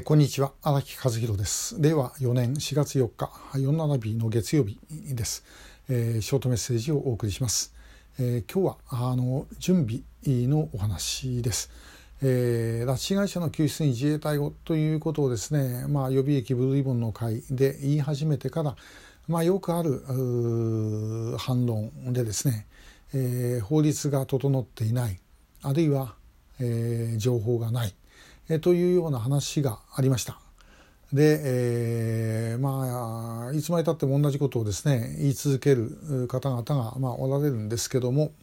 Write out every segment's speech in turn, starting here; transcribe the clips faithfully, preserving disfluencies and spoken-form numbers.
こんにちは、荒木和弘です。れいわよねんしがつよっか、よんじゅうななびの月曜日です。えー、ショートメッセージをお送りします。えー、今日はあの準備のお話です。えー、拉致被害者の救出に自衛隊をということをですね、まあ、予備役ブルーリボンの会で言い始めてから、まあ、よくある反論でですね、えー、法律が整っていない、あるいは、えー、情報がないえというような話がありました。で、えー、まあいつまでたっても同じことをですね言い続ける方々が、まあ、おられるんですけども、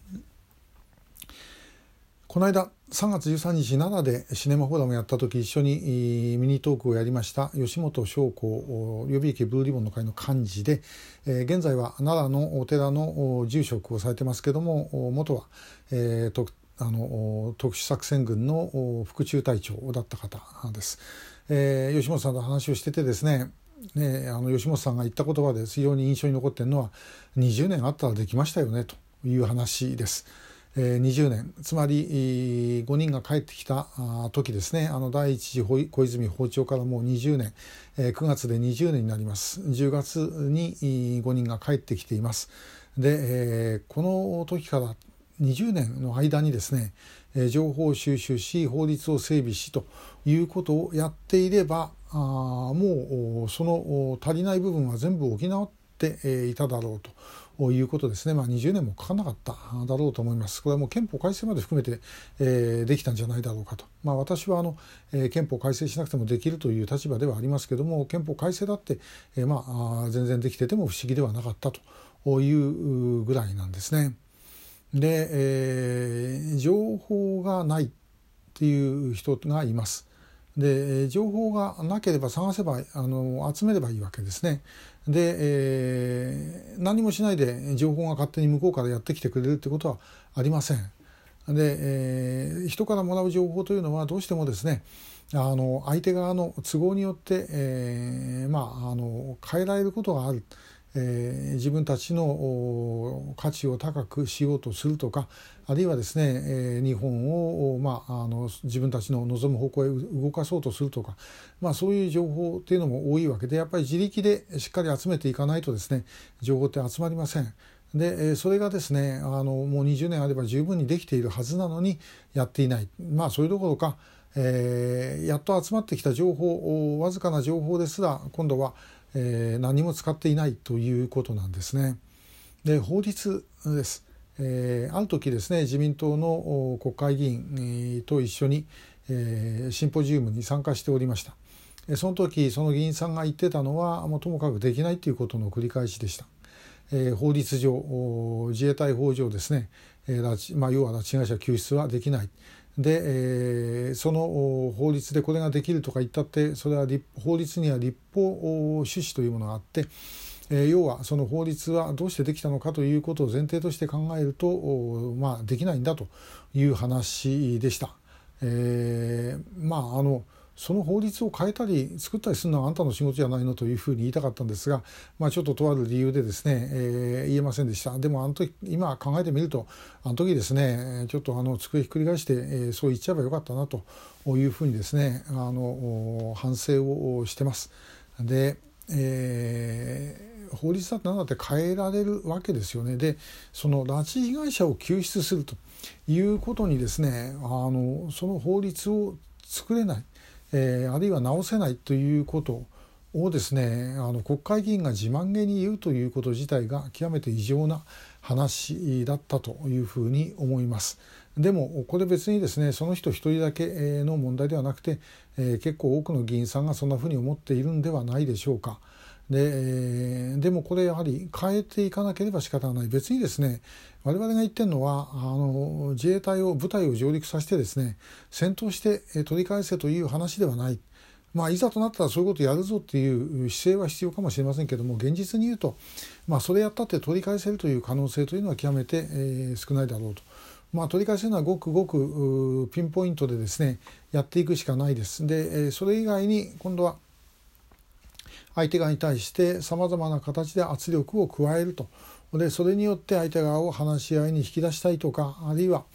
この間さんがつじゅうさんにち奈良でシネマフォーラムをやった時、一緒にミニトークをやりました吉本昌子予備役ブルーリボンの会の幹事で、えー、現在は奈良のお寺の住職をされてますけども、元は、えー、とあの特殊作戦群の副中隊長だった方です。えー、吉本さんと話をしててですね、ね、あの吉本さんが言った言葉で非常に印象に残っているのは、にじゅうねんあったらできましたよねという話です。えー、にじゅうねん、つまりごにんが帰ってきた時ですね、あの第一次小泉訪朝からもうにじゅうねん、えー、くがつでにじゅうねんになります。じゅうがつにごにんが帰ってきています。で、えー、この時からにじゅうねんの間にですね、情報収集し法律を整備しということをやっていれば、あもうその足りない部分は全部補っていただろうということですね。まあ、にじゅうねんもかかんなかっただろうと思います。これはもう憲法改正まで含めて、えー、できたんじゃないだろうかと。まあ、私はあの、えー、憲法改正しなくてもできるという立場ではありますけども、憲法改正だって、えー、まあ全然できてても不思議ではなかったというぐらいなんですね。で、えー、情報がないっていう人がいます。で、情報がなければ探せばあの集めればいいわけですね。で、えー、何もしないで情報が勝手に向こうからやってきてくれるってことはありません。で、えー、人からもらう情報というのはどうしてもですね、あの相手側の都合によって、えー、まああの変えられることがある。えー、自分たちの価値を高くしようとするとか、あるいはですね、えー、日本を、まあ、あの自分たちの望む方向へ動かそうとするとか、まあ、そういう情報っていうのも多いわけで、やっぱり自力でしっかり集めていかないとですね、情報って集まりません。でそれがですね、あのもうにじゅうねんあれば十分にできているはずなのにやっていない。まあそれどころか、えー、やっと集まってきた情報、わずかな情報ですら今度はえー、何も使っていないということなんですね。で、法律です。えー、ある時ですね、自民党の国会議員と一緒に、えー、シンポジウムに参加しておりました。その時その議員さんが言ってたのは、もうともかくできないということの繰り返しでした。えー、法律上、自衛隊法上ですね、えーまあ、要は拉致被害者救出はできない。で、えー、その法律でこれができるとか言ったって、それは法律には立法趣旨というものがあって、えー、要はその法律はどうしてできたのかということを前提として考えると、まあ、できないんだという話でした。えー、まああのその法律を変えたり作ったりするのはあんたの仕事じゃないのというふうに言いたかったんですが、まあ、ちょっととある理由でですね、えー、言えませんでした。でもあの時今考えてみると、あの時ですね、ちょっとあの机ひっくり返して、えー、そう言っちゃえばよかったなというふうにですね、あの反省をしてます。で、えー、法律だって何だって変えられるわけですよね。で、その拉致被害者を救出するということにですね、あのその法律を作れない、えー、あるいは直せないということをですね、あの国会議員が自慢げに言うということ自体が極めて異常な話だったというふうに思います。でもこれ別にですね、その人一人だけの問題ではなくて、えー、結構多くの議員さんがそんなふうに思っているんではないでしょうか。で, でもこれやはり変えていかなければ仕方がない。別にですね、我々が言ってるのは、あの自衛隊を部隊を上陸させてですね、戦闘して取り返せという話ではない。まあ、いざとなったらそういうことやるぞっていう姿勢は必要かもしれませんけども、現実に言うと、まあ、それやったって取り返せるという可能性というのは極めて、えー、少ないだろうと。まあ、取り返せるのはごくごくピンポイントでですね、やっていくしかないです。で、それ以外に今度は相手側に対してさまざまな形で圧力を加えると。でそれによって相手側を話し合いに引き出したいとか、あるいは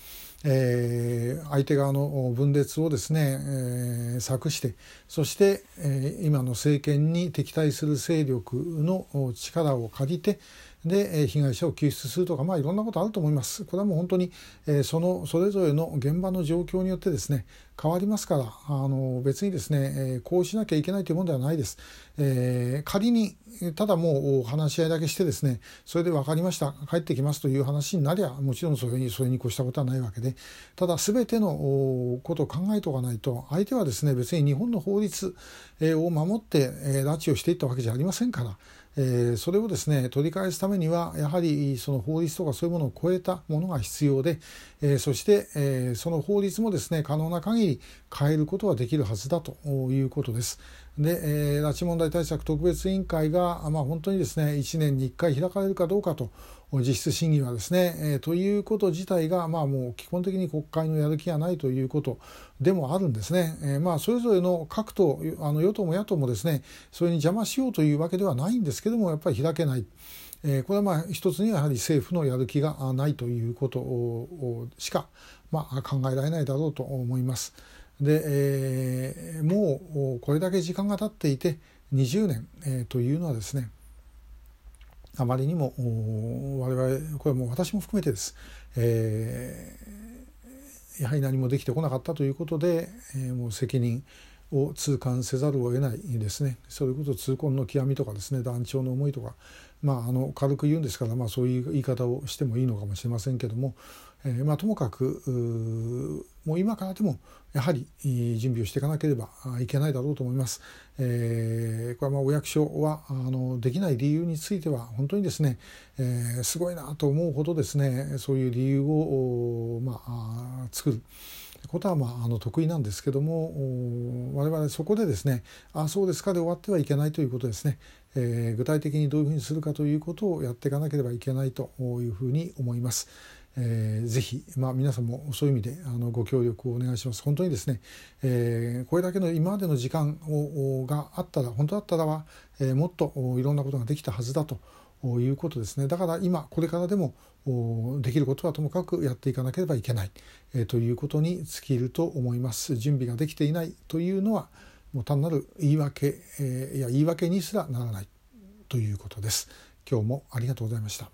えー、相手側の分裂をですね、えー、策して、そして、えー、今の政権に敵対する勢力の力を借りて、で被害者を救出するとか、まあいろんなことあると思います。これはもう本当に、えー、そのそれぞれの現場の状況によってですね変わりますから、あの別にですね、えー、こうしなきゃいけないというものではないです。えー、仮にただもう話し合いだけしてですね、それで分かりました帰ってきますという話になりゃもちろんそれにそれに越したことはないわけで、ただ全てのことを考えておかないと、相手はですね別に日本の法律を守って拉致をしていったわけじゃありませんから、えー、それをですね取り返すためにはやはりその法律とかそういうものを超えたものが必要で、えー、そして、えー、その法律もですね可能な限り変えることはできるはずだということです。で、えー、拉致問題対策特別委員会が、まあ、本当にですねいちねんにいっかい開かれるかどうかと、実質審議はですね、えー、ということ自体が、まあ、もう基本的に国会のやる気がないということでもあるんですね。えー、まあそれぞれの各党、あの与党も野党もですねそれに邪魔しようというわけではないんですけども、やっぱり開けない。えー、これはまあ一つにはやはり政府のやる気がないということしか、まあ、考えられないだろうと思います。で、えー、もうこれだけ時間が経っていてにじゅうねん、えー、というのはですね、あまりにも我々、これはもう私も含めてです、えー、やはり何もできてこなかったということで、えー、もう責任を痛感せざるを得ないですね。それこそ痛恨の極みとかですね、断腸の思いとか、まあ、あの軽く言うんですから、まあ、そういう言い方をしてもいいのかもしれませんけども、えーまあ、ともかくもう今からでもやはり準備をしていかなければいけないだろうと思います。えー、これはまあお役所はあのできない理由については本当にですね、えー、すごいなと思うほどですね、そういう理由を、まあ、作ることはまああの得意なんですけども、我々そこでですね、あそうですかで終わってはいけないということですね、えー、具体的にどういうふうにするかということをやっていかなければいけないというふうに思います。えー、ぜひ、まあ、皆さんもそういう意味であのご協力をお願いします。本当にですね、えー、これだけの今までの時間をがあったら、本当だったらは、えー、もっといろんなことができたはずだということですね。だから今これからでもできることはともかくやっていかなければいけない、えー、ということに尽きると思います。準備ができていないというのはもう単なる言い訳、えー、いや言い訳にすらならないということです。今日もありがとうございました。